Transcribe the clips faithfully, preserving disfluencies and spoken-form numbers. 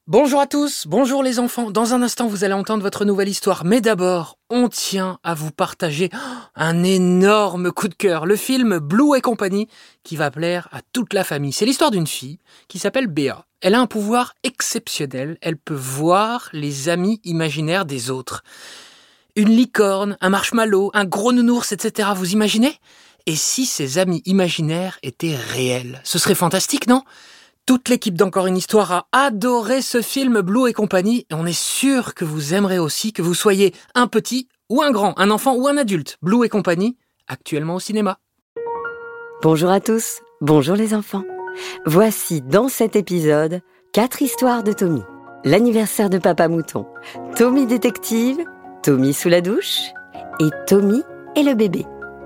Bonjour à tous, bonjour les enfants. Dans un instant, vous allez entendre votre nouvelle histoire. Mais d'abord, on tient à vous partager un énorme coup de cœur. Le film Blue et compagnie qui va plaire à toute la famille. C'est l'histoire d'une fille qui s'appelle Béa. Elle a un pouvoir exceptionnel. Elle peut voir les amis imaginaires des autres. Une licorne, un marshmallow, un gros nounours, et cetera. Vous imaginez ? Et si ces amis imaginaires étaient réels ? Ce serait fantastique, non ? Toute l'équipe d'Encore une Histoire a adoré ce film Blue et compagnie et on est sûr que vous aimerez aussi, que vous soyez un petit ou un grand, un enfant ou un adulte. Blue et compagnie, actuellement au cinéma. Bonjour à tous, bonjour les enfants. Voici dans cet épisode quatre histoires de Tommy. L'anniversaire de Papa Mouton, Tommy détective, Tommy sous la douche et Tommy et le bébé.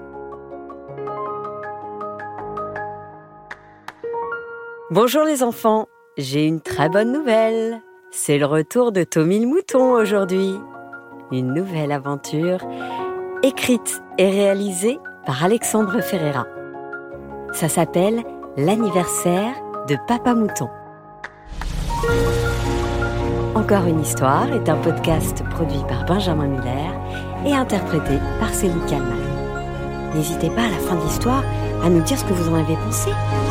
Bonjour les enfants, j'ai une très bonne nouvelle. C'est le retour de Tommy le Mouton aujourd'hui. Une nouvelle aventure écrite et réalisée par Alexandre Ferreira. Ça s'appelle L'anniversaire de Papa Mouton. Encore une histoire est un podcast produit par Benjamin Muller et interprété par Céline Kallmann. N'hésitez pas à la fin de l'histoire à nous dire ce que vous en avez pensé.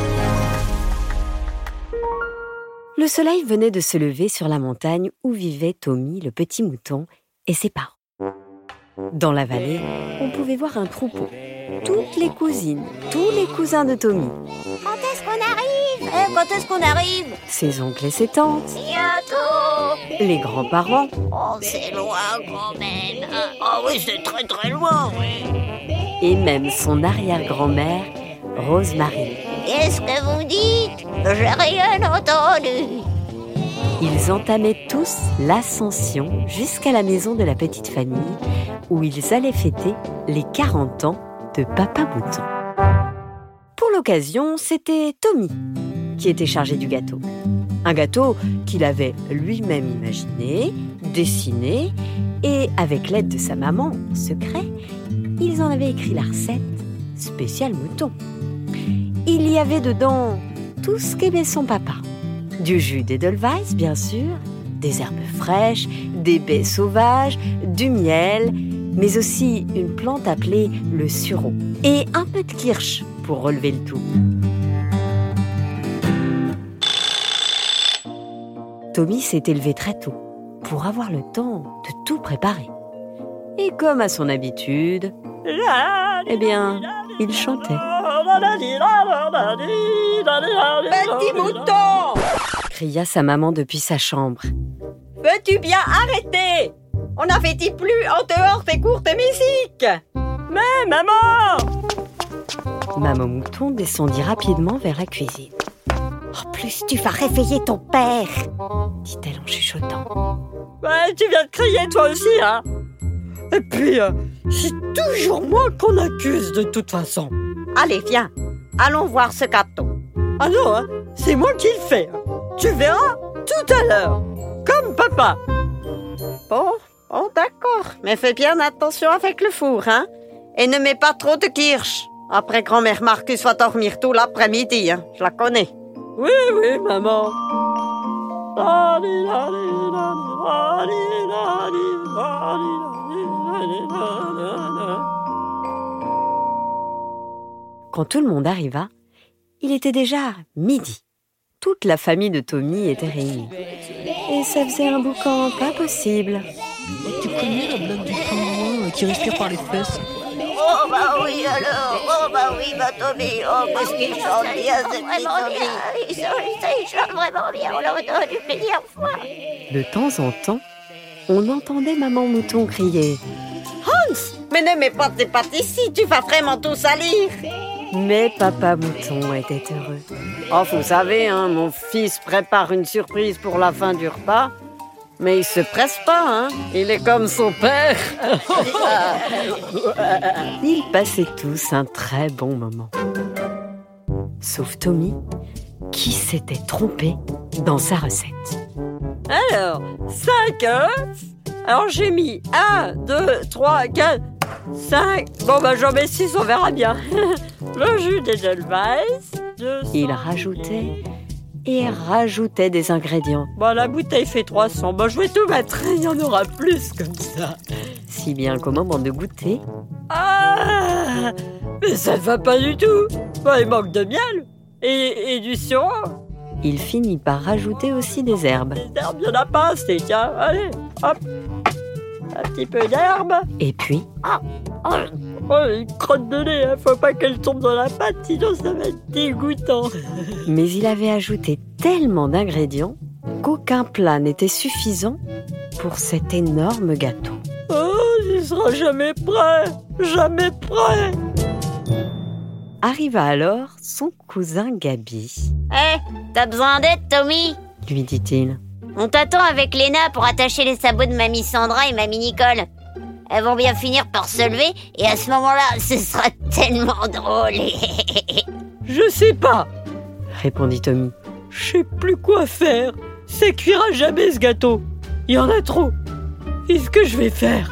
Le soleil venait de se lever sur la montagne où vivait Tommy, le petit mouton, et ses parents. Dans la vallée, on pouvait voir un troupeau. Toutes les cousines, tous les cousins de Tommy. Quand est-ce qu'on arrive eh, Quand est-ce qu'on arrive Ses oncles et ses tantes. Bientôt. Les grands-parents. Oh, c'est loin quand même. Ah oui, c'est très très loin, oui. Et même son arrière-grand-mère, Rosemary. Qu'est-ce que vous dites? J'ai rien entendu. Ils entamaient tous l'ascension jusqu'à la maison de la petite famille où ils allaient fêter les quarante ans de Papa Mouton. Pour l'occasion, c'était Tommy qui était chargé du gâteau. Un gâteau qu'il avait lui-même imaginé, dessiné et avec l'aide de sa maman en secret, ils en avaient écrit la recette spéciale mouton. Il y avait dedans tout ce qu'aimait son papa. Du jus d'Edelweiss, bien sûr, des herbes fraîches, des baies sauvages, du miel, mais aussi une plante appelée le sureau. Et un peu de kirsch pour relever le tout. Tommy s'est élevé très tôt pour avoir le temps de tout préparer. Et comme à son habitude, eh bien, il chantait. Petit mouton! Cria sa maman depuis sa chambre. Veux-tu bien arrêter? On n'en-fait-il plus en dehors tes courtes musiques? Mais maman! Maman Mouton descendit rapidement vers la cuisine. En plus, tu vas réveiller ton père, dit-elle en chuchotant. Ouais, tu viens de crier toi aussi, hein? Et puis, euh, c'est toujours moi qu'on accuse de toute façon. Allez, viens, allons voir ce gâteau. Ah non, hein, c'est moi qui le fais. Tu verras tout à l'heure, comme papa. Bon, oh d'accord, mais fais bien attention avec le four, hein? Et ne mets pas trop de kirsch. Après, grand-mère Marcus va dormir tout l'après-midi, hein? Je la connais. Oui, oui, maman. Quand tout le monde arriva, il était déjà midi. Toute la famille de Tommy était réunie. Et ça faisait un boucan pas possible. Tu connais la blague du pingouin qui respire par les fesses? Oh bah oui alors, oh bah oui bah Tommy, oh qu'est-ce qu'il chante bien ce petit Tommy. Il chante vraiment bien, on l'a entendu plusieurs fois. De temps en temps, on entendait Maman Mouton crier « Hans, mais ne mets pas tes pattes ici, tu vas vraiment tout salir !» Mais Papa Mouton était heureux. « Oh, vous savez, hein, mon fils prépare une surprise pour la fin du repas. Mais il se presse pas, hein. Il est comme son père. » Ils passaient tous un très bon moment. Sauf Tommy, qui s'était trompé dans sa recette. Alors, cinq œufs. Alors j'ai mis un, deux, trois, quatre, cinq. Bon ben j'en mets six, on verra bien. Le jus d'Edelweiss. Il rajoutait et rajoutait des ingrédients. Bah, la bouteille fait trois cents, bah, je vais tout mettre, il y en aura plus comme ça. Si bien qu'au moment de goûter... Ah, mais ça ne va pas du tout. Bah, il manque de miel et, et du sirop. Il finit par rajouter aussi des herbes. Des herbes, il n'y en a pas, c'est tiens, allez, hop, un petit peu d'herbe. Et puis... Ah, oh, oh, une crotte de nez, hein. Faut pas qu'elle tombe dans la pâte, sinon ça va être dégoûtant. Mais il avait ajouté tellement d'ingrédients qu'aucun plat n'était suffisant pour cet énorme gâteau. Oh, il sera jamais prêt, jamais prêt. Arriva alors son cousin Gaby. Hé, hey, t'as besoin d'aide, Tommy? Lui dit-il. On t'attend avec Léna pour attacher les sabots de mamie Sandra et mamie Nicole. Elles vont bien finir par se lever et à ce moment-là, ce sera tellement drôle. Je sais pas, répondit Tommy. Je sais plus quoi faire. Ça cuira jamais ce gâteau. Il y en a trop. Qu'est-ce que je vais faire?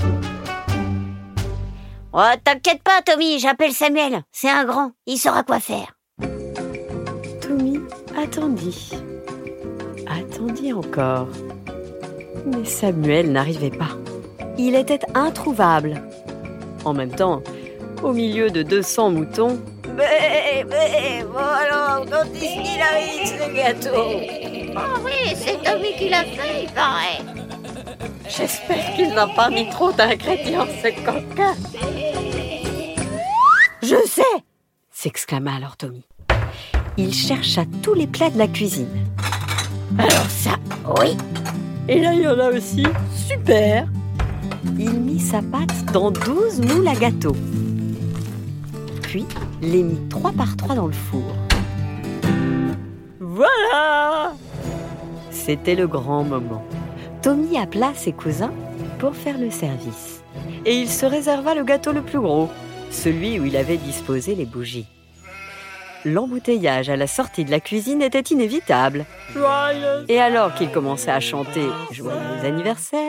Oh, t'inquiète pas, Tommy, j'appelle Samuel. C'est un grand, il saura quoi faire. Tommy attendit. Attendit encore. Mais Samuel n'arrivait pas. Il était introuvable. En même temps, au milieu de deux cents moutons... Mais, mais, bon alors, quand est-ce qu'il arrive ce gâteau? Oh oui, c'est Tommy qui l'a fait, il paraît. J'espère qu'il n'a pas mis trop d'ingrédients, ce coquin. Je sais, s'exclama alors Tommy. Il chercha tous les plats de la cuisine. Alors ça, oui. Et là, il y en a aussi. Super. Il mit sa pâte dans douze moules à gâteau. Puis, les mit trois par trois dans le four. Voilà! C'était le grand moment. Tommy appela ses cousins pour faire le service. Et il se réserva le gâteau le plus gros, celui où il avait disposé les bougies. L'embouteillage à la sortie de la cuisine était inévitable. Joyeux Et alors qu'il commençait à chanter « Joyeux anniversaire »,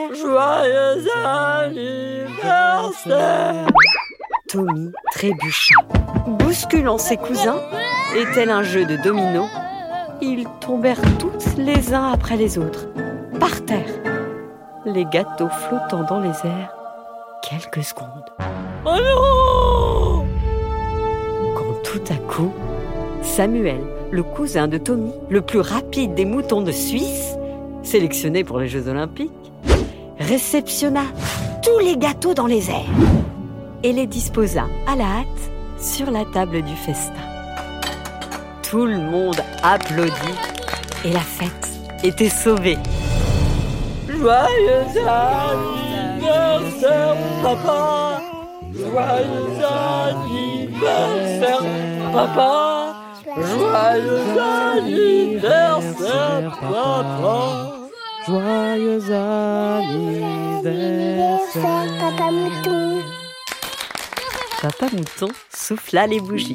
Joyeux anniversaire, Tommy trébucha. Bousculant ses cousins, et tel un jeu de dominos, ils tombèrent tous les uns après les autres, par terre, les gâteaux flottant dans les airs quelques secondes. Oh non! Quand tout à coup, Samuel, le cousin de Tommy, le plus rapide des moutons de Suisse, sélectionné pour les Jeux Olympiques, réceptionna tous les gâteaux dans les airs et les disposa à la hâte sur la table du festin. Tout le monde applaudit et la fête était sauvée. Joyeux anniversaire, papa! Joyeux anniversaire, papa! Joyeux anniversaire, papa! Joyeux anniversaire, Papa Mouton. Papa Mouton souffla les bougies.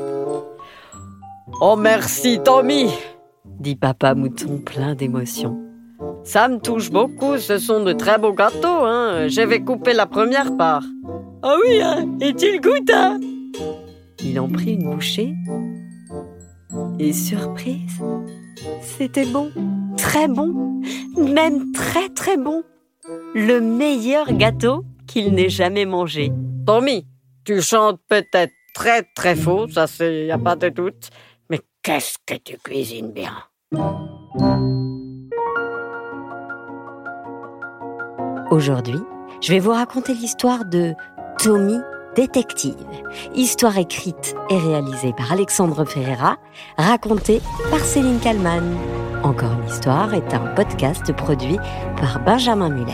Oh merci Tommy, dit Papa Mouton plein d'émotion. Ça me touche beaucoup, ce sont de très beaux gâteaux, hein. Je vais couper la première part. Ah oui, hein. Et tu le goûtes, hein? Il en prit une bouchée et surprise, c'était bon, très bon, même très très bon. Le meilleur gâteau qu'il n'ait jamais mangé. Tommy, tu chantes peut-être très très faux, ça c'est, y a pas de doute, mais qu'est-ce que tu cuisines bien. Aujourd'hui, je vais vous raconter l'histoire de Tommy Détective. Histoire écrite et réalisée par Alexandre Ferreira, racontée par Céline Kallmann. Encore une histoire est un podcast produit par Benjamin Muller.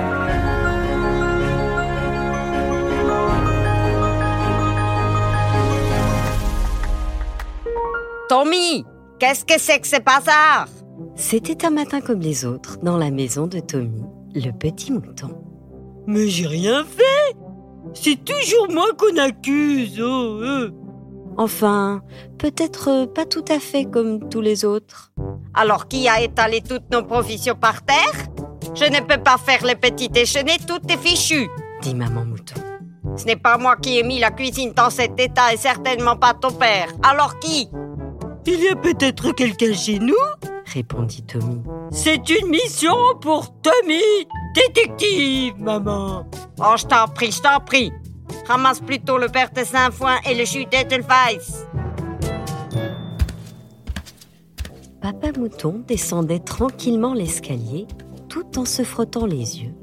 Tommy, qu'est-ce que c'est que ce bazar? C'était un matin comme les autres, dans la maison de Tommy, le petit mouton. Mais j'ai rien fait! C'est toujours moi qu'on accuse, oh, euh. Enfin, peut-être pas tout à fait comme tous les autres. Alors qui a étalé toutes nos provisions par terre? Je ne peux pas faire le petit déjeuner, tout est fichu, dit maman mouton. Ce n'est pas moi qui ai mis la cuisine dans cet état et certainement pas ton père. Alors qui? Il y a peut-être quelqu'un chez nous ? Répondit Tommy. C'est une mission pour Tommy, détective, maman. Oh, je t'en prie, je t'en prie. Ramasse plutôt le père de Saint-Foin et le jus d'Edelweiss. Papa Mouton descendait tranquillement l'escalier, tout en se frottant les yeux.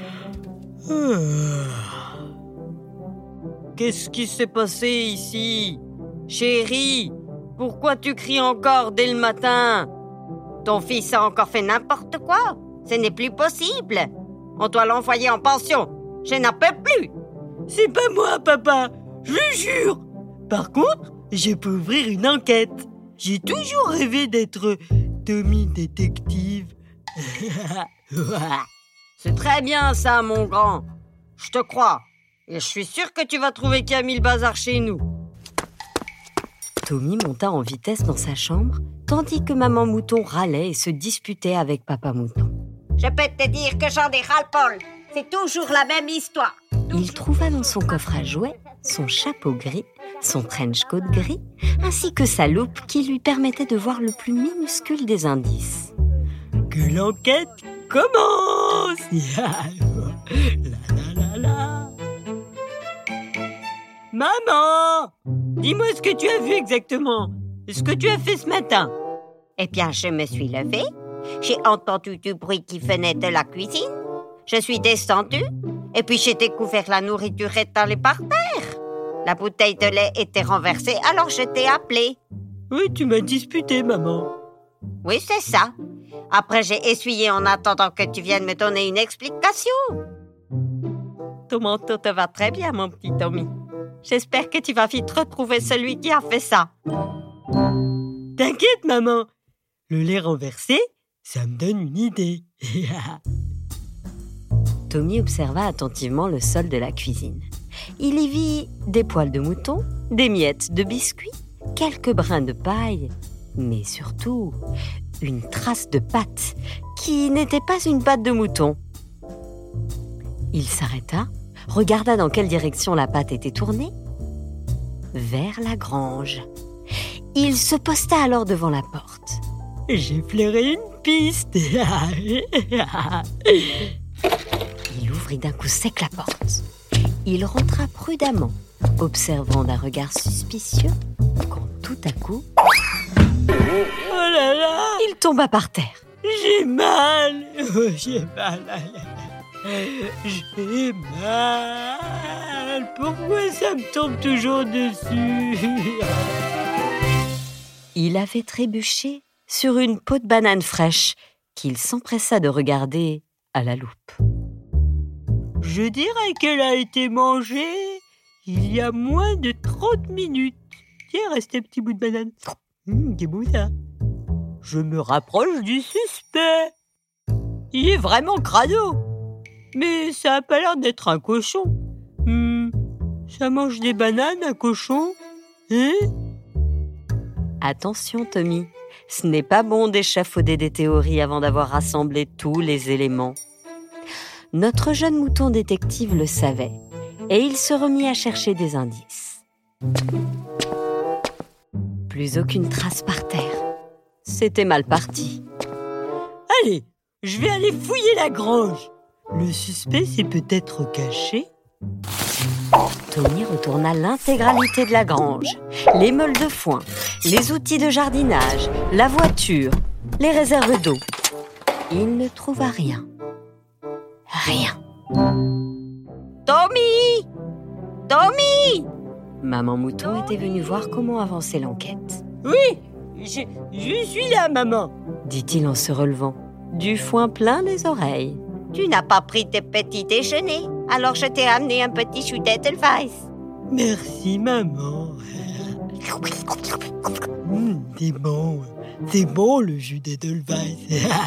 Qu'est-ce qui s'est passé ici ? Chérie, pourquoi tu cries encore dès le matin ? Ton fils a encore fait n'importe quoi. Ce n'est plus possible. On doit l'envoyer en pension. Je n'en peux plus. C'est pas moi, papa. Je le jure. Par contre, je peux ouvrir une enquête. J'ai toujours rêvé d'être Tommy détective. C'est très bien ça, mon grand. Je te crois. Et je suis sûr que tu vas trouver qui a mis le bazar chez nous. Tommy monta en vitesse dans sa chambre, tandis que Maman Mouton râlait et se disputait avec Papa Mouton. Je peux te dire que j'en ai ras-le-bol. C'est toujours la même histoire. Il trouva dans son coffre à jouets son chapeau gris, son trench coat gris, ainsi que sa loupe qui lui permettait de voir le plus minuscule des indices. Que l'enquête commence. La, la, la, la. Maman, dis-moi ce que tu as vu exactement. Ce que tu as fait ce matin. Eh bien, je me suis levée. J'ai entendu du bruit qui venait de la cuisine. Je suis descendue. Et puis, j'ai découvert la nourriture étalée par terre. La bouteille de lait était renversée, alors je t'ai appelée. Oui, tu m'as disputé, maman. Oui, c'est ça. Après, j'ai essuyé en attendant que tu viennes me donner une explication. Ton manteau te va très bien, mon petit Tommy. J'espère que tu vas vite retrouver celui qui a fait ça. T'inquiète, maman. Le lait renversé, ça me donne une idée. Tommy observa attentivement le sol de la cuisine. Il y vit des poils de mouton, des miettes de biscuits, quelques brins de paille, mais surtout une trace de pâte qui n'était pas une pâte de mouton. Il s'arrêta, regarda dans quelle direction la pâte était tournée. Vers la grange. Il se posta alors devant la porte. J'ai flairé une piste. Il ouvrit d'un coup sec la porte. Il rentra prudemment, observant d'un regard suspicieux, quand tout à coup... Oh là là! Il tomba par terre. J'ai mal! Oh, j'ai mal! J'ai mal! Pourquoi ça me tombe toujours dessus? Il avait trébuché sur une peau de banane fraîche qu'il s'empressa de regarder à la loupe. Je dirais qu'elle a été mangée il y a moins de trente minutes. Tiens, reste un petit bout de banane. Hum, c'est beau ça. Je me rapproche du suspect. Il est vraiment crado. Mais ça a pas l'air d'être un cochon. Hum, ça mange des bananes, un cochon? Hein? Attention, Tommy. Ce n'est pas bon d'échafauder des théories avant d'avoir rassemblé tous les éléments. Notre jeune mouton détective le savait, et il se remit à chercher des indices. Plus aucune trace par terre. C'était mal parti. Allez, je vais aller fouiller la grange. Le suspect s'est peut-être caché. Tommy retourna l'intégralité de la grange. Les meules de foin, les outils de jardinage, la voiture, les réserves d'eau. Il ne trouva rien. Rien. Tommy! Tommy! Maman Mouton était venue voir comment avançait l'enquête. Oui, je, je suis là, maman, dit-il en se relevant, du foin plein les oreilles. Tu n'as pas pris de petit déjeuner, alors je t'ai amené un petit jus d'Edelweiss. Merci, maman. Mmh, c'est bon, c'est bon le jus d'Edelweiss.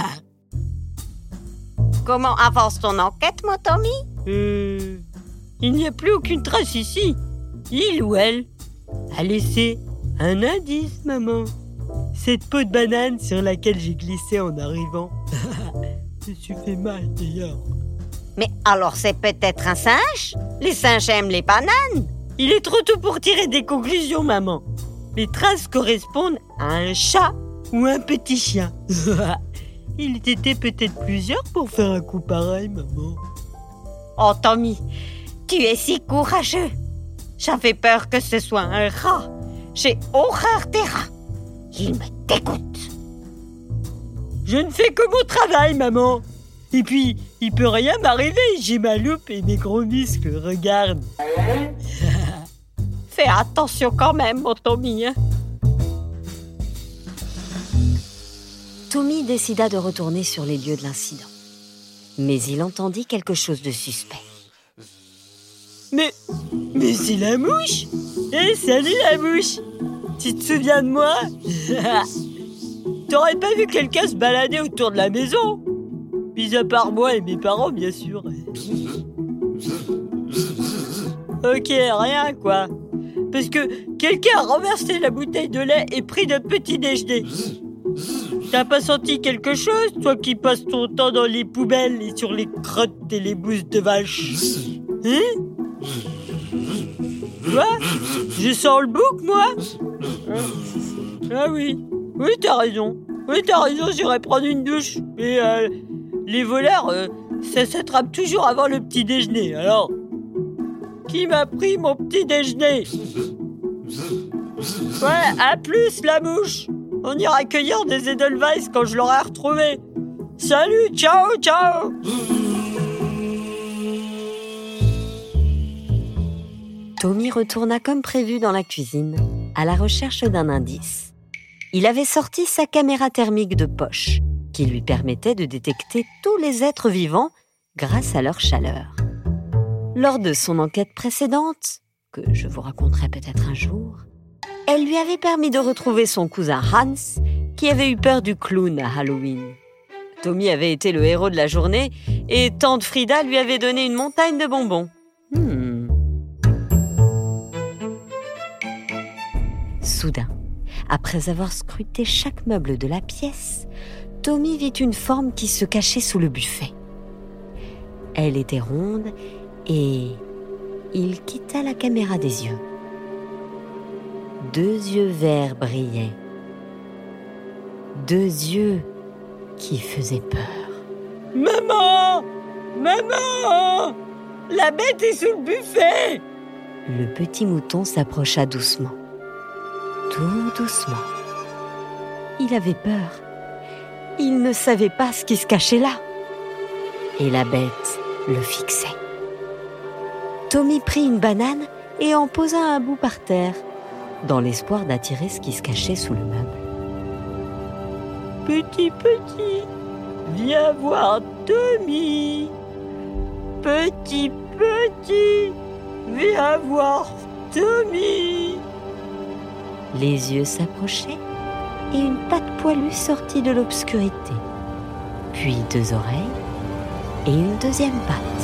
Comment avance ton enquête, mon Tommy? Euh, il n'y a plus aucune trace ici. Il ou elle a laissé un indice, maman. Cette peau de banane sur laquelle j'ai glissé en arrivant. Je me suis fait mal, d'ailleurs. Mais alors c'est peut-être un singe? Les singes aiment les bananes. Il est trop tôt pour tirer des conclusions, maman. les traces correspondent à un chat ou un petit chien. Il était peut-être plusieurs pour faire un coup pareil, maman. Oh, Tommy, tu es si courageux. J'avais peur que ce soit un rat. J'ai horreur des rats. Ils me dégoûtent. Je ne fais que mon travail, maman. Et puis, il peut rien m'arriver. J'ai ma loupe et mes gros muscles, regarde. Fais attention quand même, mon Tommy. Hein? Tommy décida de retourner sur les lieux de l'incident. Mais il entendit quelque chose de suspect. Mais, mais c'est la mouche. Eh, hey, salut la mouche. Tu te souviens de moi? T'aurais pas vu quelqu'un se balader autour de la maison? Mis à part moi et mes parents, bien sûr. Ok, rien quoi. Parce que quelqu'un a renversé la bouteille de lait et pris notre petit déjeuner. T'as pas senti quelque chose, toi qui passes ton temps dans les poubelles et sur les crottes et les bousses de vache? Hein? Quoi? Je sens le bouc, moi? Ah oui, oui t'as raison. Oui t'as raison, j'irai prendre une douche. Et euh, les voleurs, euh, ça s'attrape toujours avant le petit déjeuner. Alors, qui m'a pris mon petit déjeuner? Ouais, à plus la mouche. On ira cueillir des Edelweiss quand je l'aurai retrouvé. Salut, ciao, ciao. Tommy retourna comme prévu dans la cuisine, à la recherche d'un indice. Il avait sorti sa caméra thermique de poche, qui lui permettait de détecter tous les êtres vivants grâce à leur chaleur. Lors de son enquête précédente, que je vous raconterai peut-être un jour, elle lui avait permis de retrouver son cousin Hans, qui avait eu peur du clown à Halloween. Tommy avait été le héros de la journée et tante Frida lui avait donné une montagne de bonbons. Hmm. Soudain, après avoir scruté chaque meuble de la pièce, Tommy vit une forme qui se cachait sous le buffet. Elle était ronde et il quitta la caméra des yeux. Deux yeux verts brillaient. Deux yeux qui faisaient peur. Maman! Maman! La bête est sous le buffet! Le petit mouton s'approcha doucement. Tout doucement. Il avait peur. Il ne savait pas ce qui se cachait là. Et la bête le fixait. Tommy prit une banane et en posa un bout par terre, dans l'espoir d'attirer ce qui se cachait sous le meuble. Petit, petit, viens voir Tommy. Petit, petit, viens voir Tommy. Les yeux s'approchaient et une patte poilue sortit de l'obscurité. Puis deux oreilles et une deuxième patte.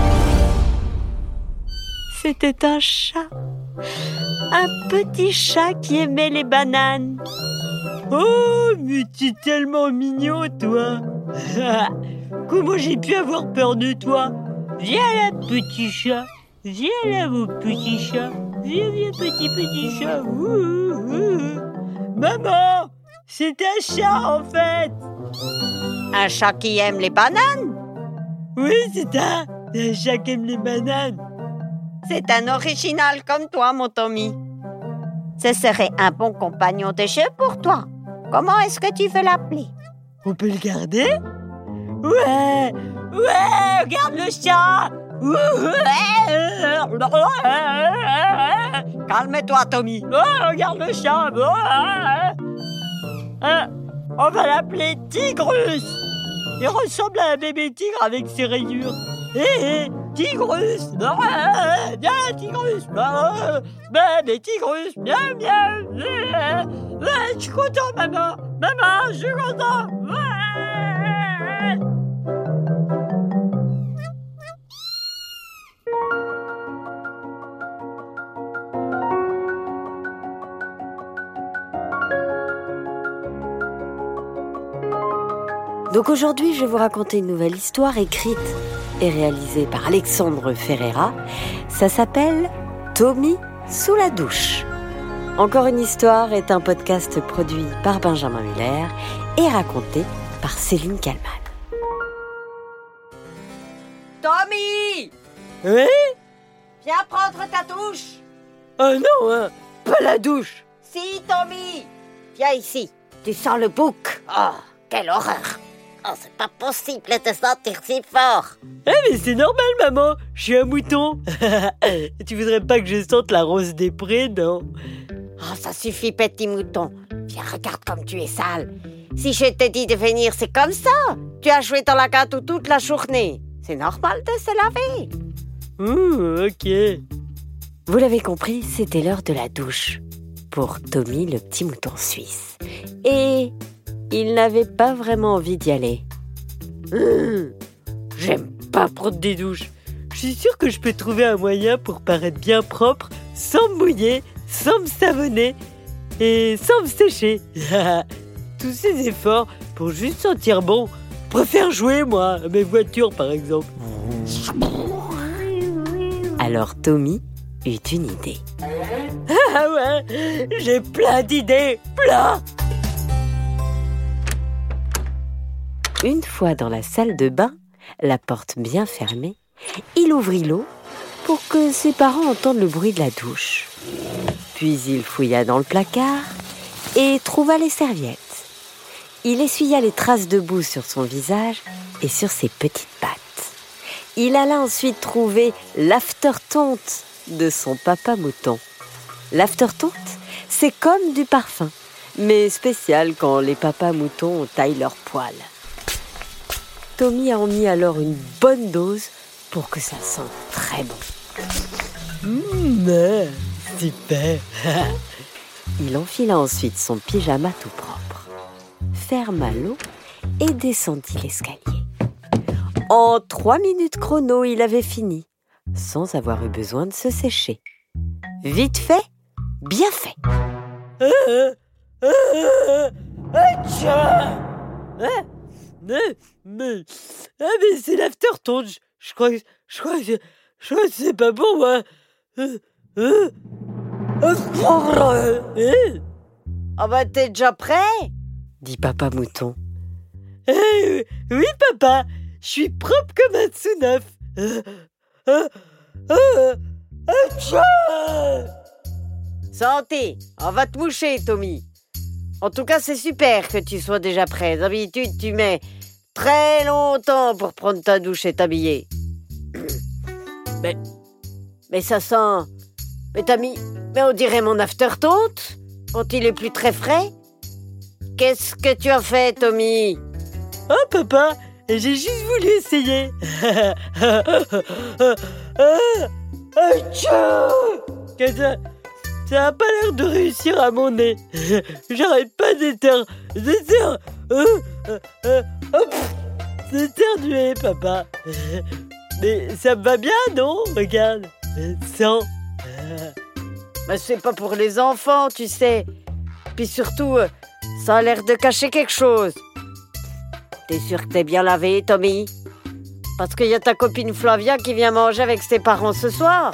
C'était un chat. Un petit chat qui aimait les bananes. Oh, mais tu es tellement mignon, toi. Comment j'ai pu avoir peur de toi? Viens là, petit chat. Viens là, mon petit chat. Viens, viens, petit, petit chat. Ouh, ouh. Maman, c'est un chat, en fait. Un chat qui aime les bananes? Oui, c'est un, un chat qui aime les bananes. C'est un original comme toi, mon Tommy. Ce serait un bon compagnon de jeu pour toi. Comment est-ce que tu veux l'appeler? On peut le garder? Ouais, ouais, regarde le chat. Calme-toi, Tommy. Oh, regarde le chat. Ah, on va l'appeler Tigrus. Il ressemble à un bébé tigre avec ses rayures. Hé, hé, Tigrus. Viens, Tigrus. Bébé Tigrus. Viens, viens. Je suis content, maman. Maman, je suis content. Donc aujourd'hui, je vais vous raconter une nouvelle histoire écrite et réalisée par Alexandre Ferreira. Ça s'appelle Tommy sous la douche. Encore une histoire est un podcast produit par Benjamin Muller et raconté par Céline Kallmann. Tommy! Oui? Viens prendre ta douche. Oh non, hein, pas la douche. Si, Tommy. Viens ici. Tu sens le bouc. Oh, quelle horreur. Oh, c'est pas possible de sentir si fort. Eh mais c'est normal, maman, je suis un mouton. Tu voudrais pas que je sente la rose des prés, non? Oh, ça suffit, petit mouton. Viens, regarde comme tu es sale. Si je t'ai dit de venir, c'est comme ça. Tu as joué dans la gâteau toute la journée. C'est normal de se laver. Ouh, ok. Vous l'avez compris, c'était l'heure de la douche pour Tommy, le petit mouton suisse. Et il n'avait pas vraiment envie d'y aller. Mmh, j'aime pas prendre des douches. Je suis sûre que je peux trouver un moyen pour paraître bien propre, sans me mouiller, sans me savonner et sans me sécher. Tous ces efforts pour juste sentir bon. Je préfère jouer, moi, à mes voitures, par exemple. Alors Tommy eut une idée. Ah ouais, j'ai plein d'idées, plein. Une fois dans la salle de bain, la porte bien fermée, il ouvrit l'eau pour que ses parents entendent le bruit de la douche. Puis il fouilla dans le placard et trouva les serviettes. Il essuya les traces de boue sur son visage et sur ses petites pattes. Il alla ensuite trouver l'aftertonte de son papa mouton. L'aftertonte, c'est comme du parfum, mais spécial quand les papas moutons taillent leurs poils. Tommy en mit alors une bonne dose pour que ça sente très bon. Mmh, super. Il enfila ensuite son pyjama tout propre, ferma l'eau et descendit l'escalier. En trois minutes chrono, il avait fini, sans avoir eu besoin de se sécher. Vite fait, bien fait. Ah, ah, ah, ah, ah, mais, mais, ah, mais c'est l'aftertonte. Je, je crois que, je crois que, je crois que c'est pas bon, moi. Euh, euh, euh, euh. Ah bah t'es déjà prêt? Dit papa mouton. Eh, oui, papa, je suis propre comme un tout neuf. Euh, euh, euh, euh, Santé, on va te moucher, Tommy. En tout cas, c'est super que tu sois déjà prêt. D'habitude, tu mets très longtemps pour prendre ta douche et t'habiller. Mais, mais ça sent... Mais t'as mis... Mais on dirait mon aftertonte quand il est plus très frais. Qu'est-ce que tu as fait, Tommy? Oh, papa, j'ai juste voulu essayer. Ça n'a pas l'air de réussir à mon nez. J'arrête pas d'éter... d'éter... Euh, euh, euh, hop, d'éternuer, papa. Mais ça me va bien, non? Regarde. Sans... Mais c'est pas pour les enfants, tu sais. Puis surtout, ça a l'air de cacher quelque chose. T'es sûr que t'es bien lavé, Tommy? Parce qu'il y a ta copine Flavia qui vient manger avec ses parents ce soir.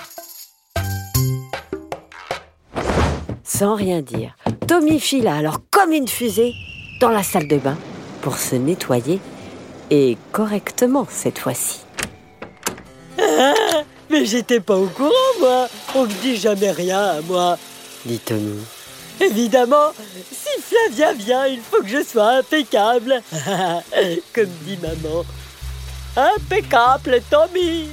Sans rien dire, Tommy fila alors comme une fusée dans la salle de bain pour se nettoyer, et correctement cette fois-ci. Ah, mais j'étais pas au courant, moi. On me dit jamais rien à moi, dit Tommy. Évidemment, si Flavia vient, il faut que je sois impeccable. Comme dit maman. Impeccable, Tommy.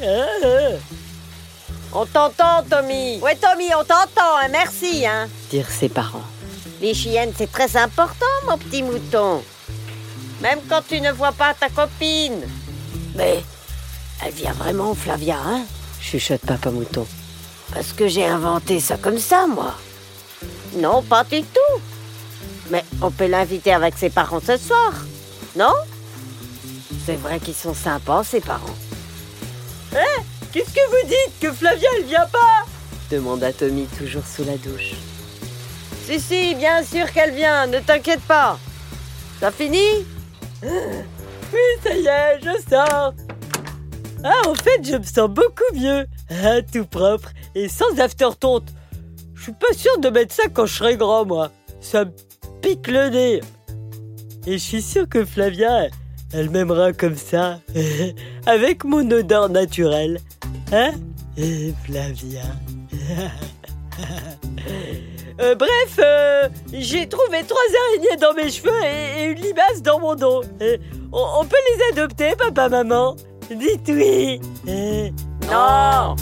On t'entend, Tommy. Ouais, Tommy, on t'entend, hein, merci, hein. Dirent ses parents. L'hygiène, c'est très important, mon petit mouton. Même quand tu ne vois pas ta copine. Mais elle vient vraiment, Flavia, hein? Chuchote papa mouton. Parce que j'ai inventé ça comme ça, moi. Non, pas du tout. Mais on peut l'inviter avec ses parents ce soir, non? C'est vrai qu'ils sont sympas, ses parents. Hein? Qu'est-ce que vous dites? Que Flavia, elle vient pas? Demanda Tommy, toujours sous la douche. Si, si, bien sûr qu'elle vient, ne t'inquiète pas. T'as fini? Oui, ça y est, je sors. Ah, en fait, je me sens beaucoup mieux. Ah, tout propre et sans aftertonte. je suis pas sûr de mettre ça quand je serai grand, moi. Ça me pique le nez. Et je suis sûr que Flavia, elle m'aimera comme ça, avec mon odeur naturelle. Hein, Flavia? euh, Bref, euh, j'ai trouvé trois araignées dans mes cheveux et, et une limace dans mon dos. Euh, on, on peut les adopter, papa, maman? Dites oui. Euh, Non.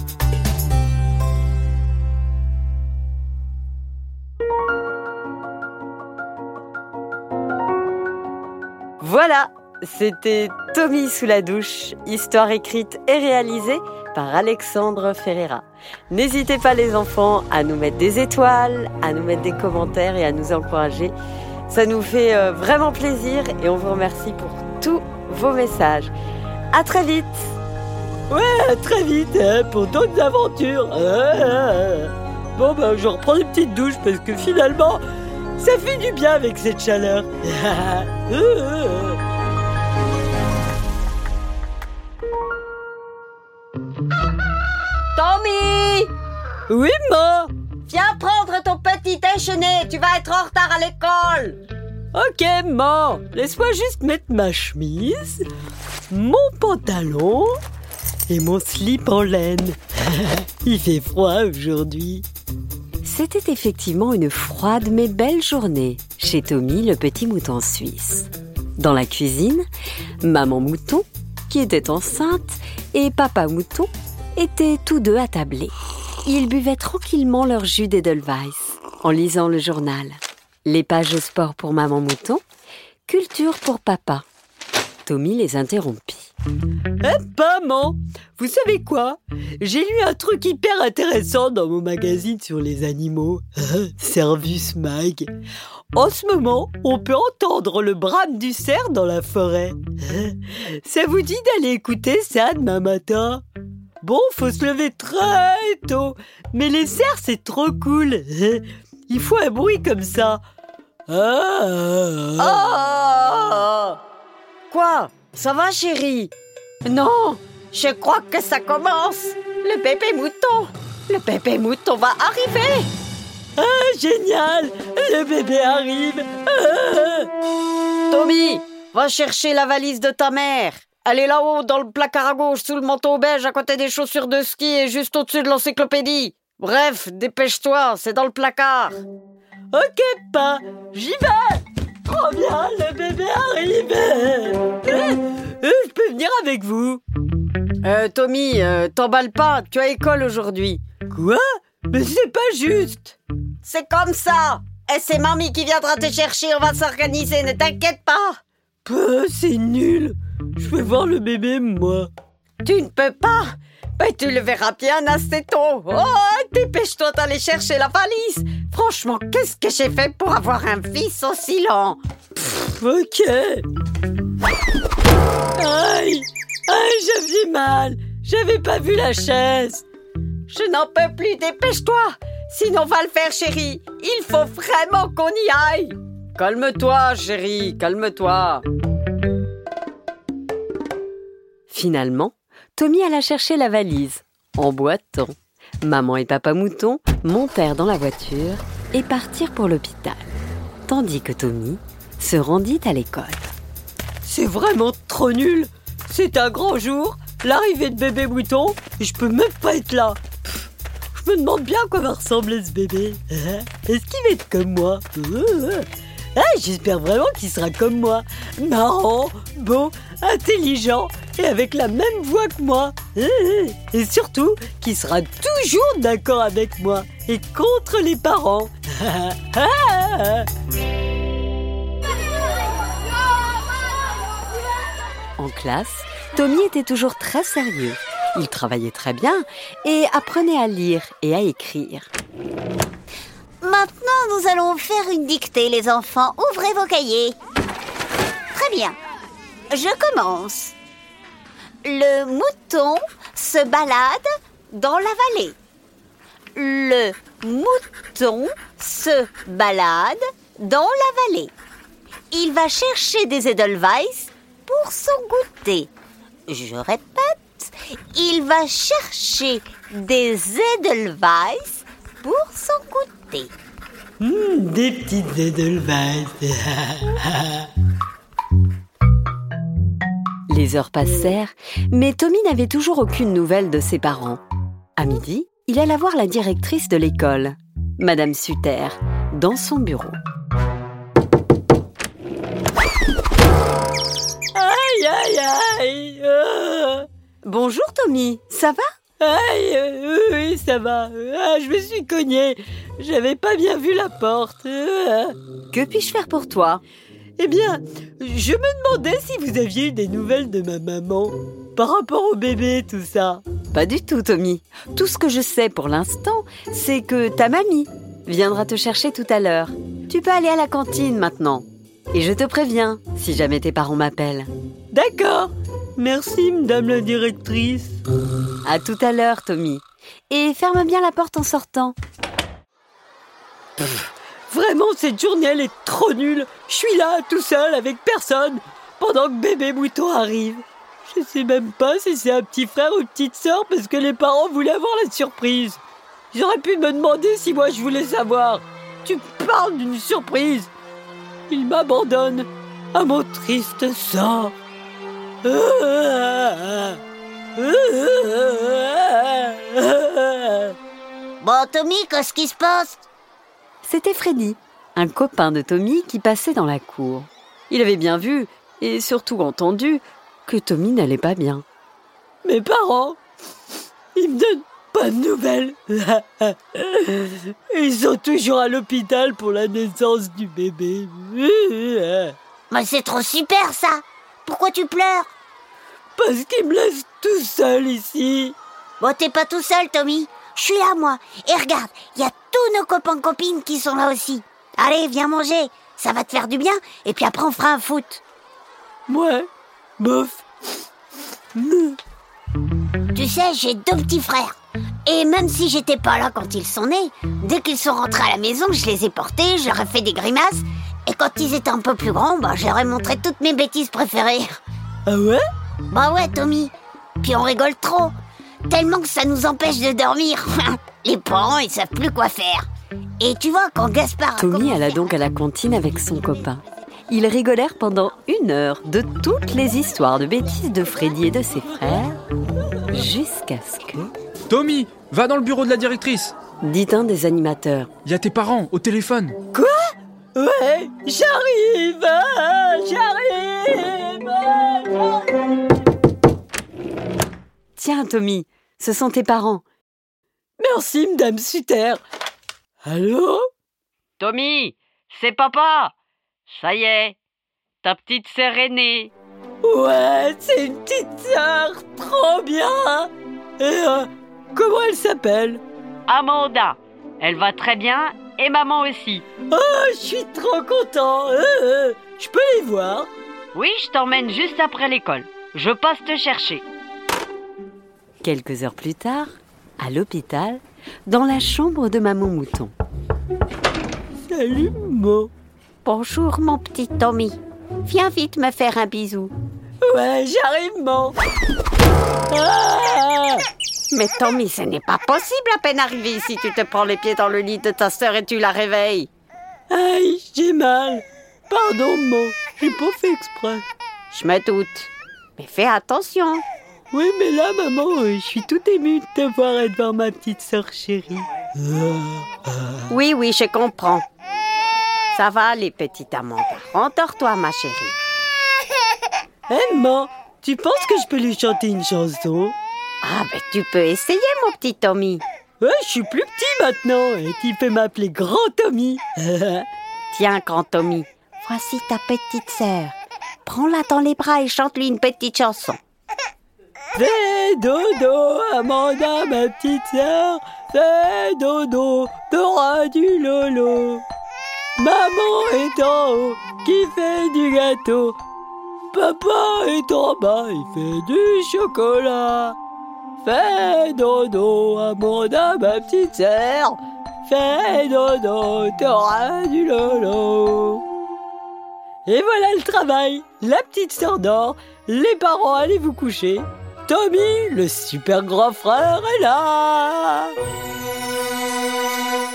Voilà, c'était Tommy sous la douche, histoire écrite et réalisée par Alexandre Ferreira. N'hésitez pas les enfants à nous mettre des étoiles, à nous mettre des commentaires et à nous encourager. Ça nous fait euh, vraiment plaisir et on vous remercie pour tous vos messages. À très vite. Ouais, très vite, hein, pour d'autres aventures. Bon, bah, je reprends une petite douche parce que finalement, ça fait du bien avec cette chaleur. Tommy! Oui, ma. Viens prendre ton petit déjeuner, tu vas être en retard à l'école. Ok, ma. Laisse-moi juste mettre ma chemise, mon pantalon et mon slip en laine. Il fait froid aujourd'hui. C'était effectivement une froide mais belle journée chez Tommy, le petit mouton suisse. Dans la cuisine, maman mouton, qui était enceinte, et papa mouton étaient tous deux attablés. Ils buvaient tranquillement leur jus d'Edelweiss en lisant le journal. Les pages sport pour maman mouton, culture pour papa. Tommy les interrompit. Eh, maman, vous savez quoi? J'ai lu un truc hyper intéressant dans mon magazine sur les animaux, Servus Mag. En ce moment, on peut entendre le brame du cerf dans la forêt. Ça vous dit d'aller écouter ça demain matin? Bon, faut se lever très tôt, mais les cerfs, c'est trop cool. Il faut un bruit comme ça. Ah, ah, Oh! Quoi? Ça va, chérie? Non, je crois que ça commence. Le bébé mouton. Le bébé mouton va arriver. ah, génial! Le bébé arrive. Ah. Tommy, va chercher la valise de ta mère. Elle est là-haut, dans le placard à gauche, sous le manteau beige, à côté des chaussures de ski et juste au-dessus de l'encyclopédie. Bref, dépêche-toi, c'est dans le placard. Ok, pas, j'y vais. Trop bien, le bébé arrive. Euh, euh, je peux venir avec vous? Euh, Tommy, euh, t'emballes pas, tu as école aujourd'hui. Quoi? Mais c'est pas juste. C'est comme ça. Et c'est mamie qui viendra te chercher, on va s'organiser, ne t'inquiète pas. Peu, c'est nul. Je veux voir le bébé, moi. Tu ne peux pas. Mais tu le verras bien assez tôt. Oh, dépêche-toi d'aller chercher la valise. Franchement, qu'est-ce que j'ai fait pour avoir un fils aussi lent? Pff, ok. Aïe, aïe, j'avais mal. J'avais pas vu la chaise. Je n'en peux plus, dépêche-toi. Sinon, on va le faire, chérie. Il faut vraiment qu'on y aille. Calme-toi, chérie, calme-toi. Finalement, Tommy alla chercher la valise, en boitant. Maman et papa mouton montèrent dans la voiture et partirent pour l'hôpital, tandis que Tommy se rendit à l'école. C'est vraiment trop nul. C'est un grand jour, l'arrivée de bébé mouton, et je peux même pas être là. Pff, je me demande bien à quoi va ressembler ce bébé. Est-ce qu'il va être comme moi? Ah, j'espère vraiment qu'il sera comme moi. Marrant, beau, intelligent et avec la même voix que moi. Et surtout, qu'il sera toujours d'accord avec moi et contre les parents. En classe, Tommy était toujours très sérieux. Il travaillait très bien et apprenait à lire et à écrire. Maintenant, nous allons faire une dictée, les enfants. Ouvrez vos cahiers. Très bien. Je commence. Le mouton se balade dans la vallée. Le mouton se balade dans la vallée. Il va chercher des Edelweiss pour son goûter. Je répète, il va chercher des Edelweiss pour son goûter. Mmh, des petites Edelweiss. Les heures passèrent, mais Tommy n'avait toujours aucune nouvelle de ses parents. À midi, il alla voir la directrice de l'école, Madame Suter, dans son bureau. Aïe, aïe, aïe. euh. Bonjour Tommy, ça va? Aïe, euh, oui, ça va. Ah, je me suis cogné. J'avais pas bien vu la porte. Euh. Que puis-je faire pour toi? Eh bien, je me demandais si vous aviez eu des nouvelles de ma maman par rapport au bébé, tout ça. Pas du tout, Tommy. Tout ce que je sais pour l'instant, c'est que ta mamie viendra te chercher tout à l'heure. Tu peux aller à la cantine maintenant. Et je te préviens, si jamais tes parents m'appellent. D'accord. Merci, madame la directrice. À tout à l'heure, Tommy. Et ferme bien la porte en sortant. Vraiment, cette journée, elle est trop nulle. Je suis là, tout seul, avec personne, pendant que bébé mouton arrive. Je sais même pas si c'est un petit frère ou une petite sœur, parce que les parents voulaient avoir la surprise. J'aurais pu me demander si moi je voulais savoir. Tu parles d'une surprise. Il m'abandonne à mon triste sort. Bon, Tommy, qu'est-ce qui se passe? C'était Freddy, un copain de Tommy qui passait dans la cour. Il avait bien vu, et surtout entendu, que Tommy n'allait pas bien. Mes parents, ils me donnent pas de nouvelles. Ils sont toujours à l'hôpital pour la naissance du bébé. Mais c'est trop super, ça. Pourquoi tu pleures? Parce qu'ils me laissent tout seul ici. Bon, t'es pas tout seul, Tommy. Je suis là, moi. Et regarde, il y a tous nos copains-copines qui sont là aussi. Allez, viens manger. Ça va te faire du bien. Et puis après, on fera un foot. Ouais, bof. Tu sais, j'ai deux petits frères. Et même si j'étais pas là quand ils sont nés, dès qu'ils sont rentrés à la maison, je les ai portés, je leur ai fait des grimaces. Et quand ils étaient un peu plus grands, bah, je leur ai montré toutes mes bêtises préférées. Ah ouais? Bah ouais, Tommy. Puis on rigole trop. Tellement que ça nous empêche de dormir. Les parents, ils savent plus quoi faire. Et tu vois, quand Gaspard... Tommy alla donc à la cantine avec son copain. Ils rigolèrent pendant une heure de toutes les histoires de bêtises de Freddy et de ses frères, jusqu'à ce que... Tommy, va dans le bureau de la directrice. dit un des animateurs. Il y a tes parents au téléphone. Quoi? Ouais, j'arrive, ah, j'arrive, ah, j'arrive. Tiens, Tommy, ce sont tes parents. Merci, madame Suter. Allô? Tommy, c'est papa. Ça y est, ta petite sœur est née. Ouais, c'est une petite sœur, trop bien. Et euh, comment elle s'appelle? Amanda, elle va très bien et maman aussi. Oh, je suis trop content. Euh, euh, je peux les voir? Oui, je t'emmène juste après l'école. Je passe te chercher. Quelques heures plus tard, à l'hôpital, dans la chambre de maman mouton. Salut, maman. Bonjour, mon petit Tommy. Viens vite me faire un bisou. Ouais, j'arrive, maman. Ah! Mais Tommy, ce n'est pas possible à peine arrivé ici. Tu te prends les pieds dans le lit de ta sœur et tu la réveilles. Aïe, j'ai mal. Pardon, maman. J'ai pas fait exprès. Je me doute. Mais fais attention. Oui, mais là, maman, euh, je suis tout émue de te voir être devant ma petite sœur chérie. Oui, oui, je comprends. Ça va, les petites Amanda. Endors-toi, ma chérie. Hé, maman, tu penses que je peux lui chanter une chanson? Ah, ben tu peux essayer, mon petit Tommy. Ouais, je suis plus petit maintenant et tu peux m'appeler Grand Tommy. Tiens, Grand Tommy, voici ta petite sœur. Prends-la dans les bras et chante-lui une petite chanson. Fais dodo, Amanda, ma petite sœur. Fais dodo, t'auras du lolo. Maman est en haut, qui fait du gâteau. Papa est en bas, il fait du chocolat. Fais dodo, Amanda, ma petite sœur. Fais dodo, t'auras du lolo. Et voilà le travail. La petite sœur dort, les parents allez vous coucher. Tommy, le super grand frère, est là.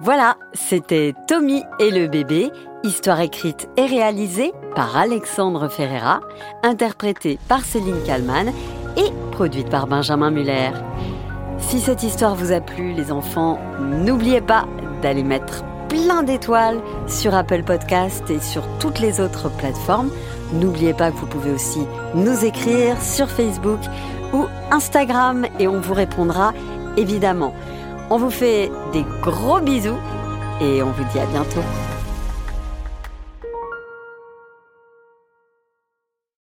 Voilà, c'était Tommy et le bébé, histoire écrite et réalisée par Alexandre Ferreira, interprétée par Céline Kallmann et produite par Benjamin Muller. Si cette histoire vous a plu, les enfants, n'oubliez pas d'aller mettre plein d'étoiles sur Apple Podcast et sur toutes les autres plateformes. N'oubliez pas que vous pouvez aussi nous écrire sur Facebook ou Instagram et on vous répondra évidemment. On vous fait des gros bisous et on vous dit à bientôt.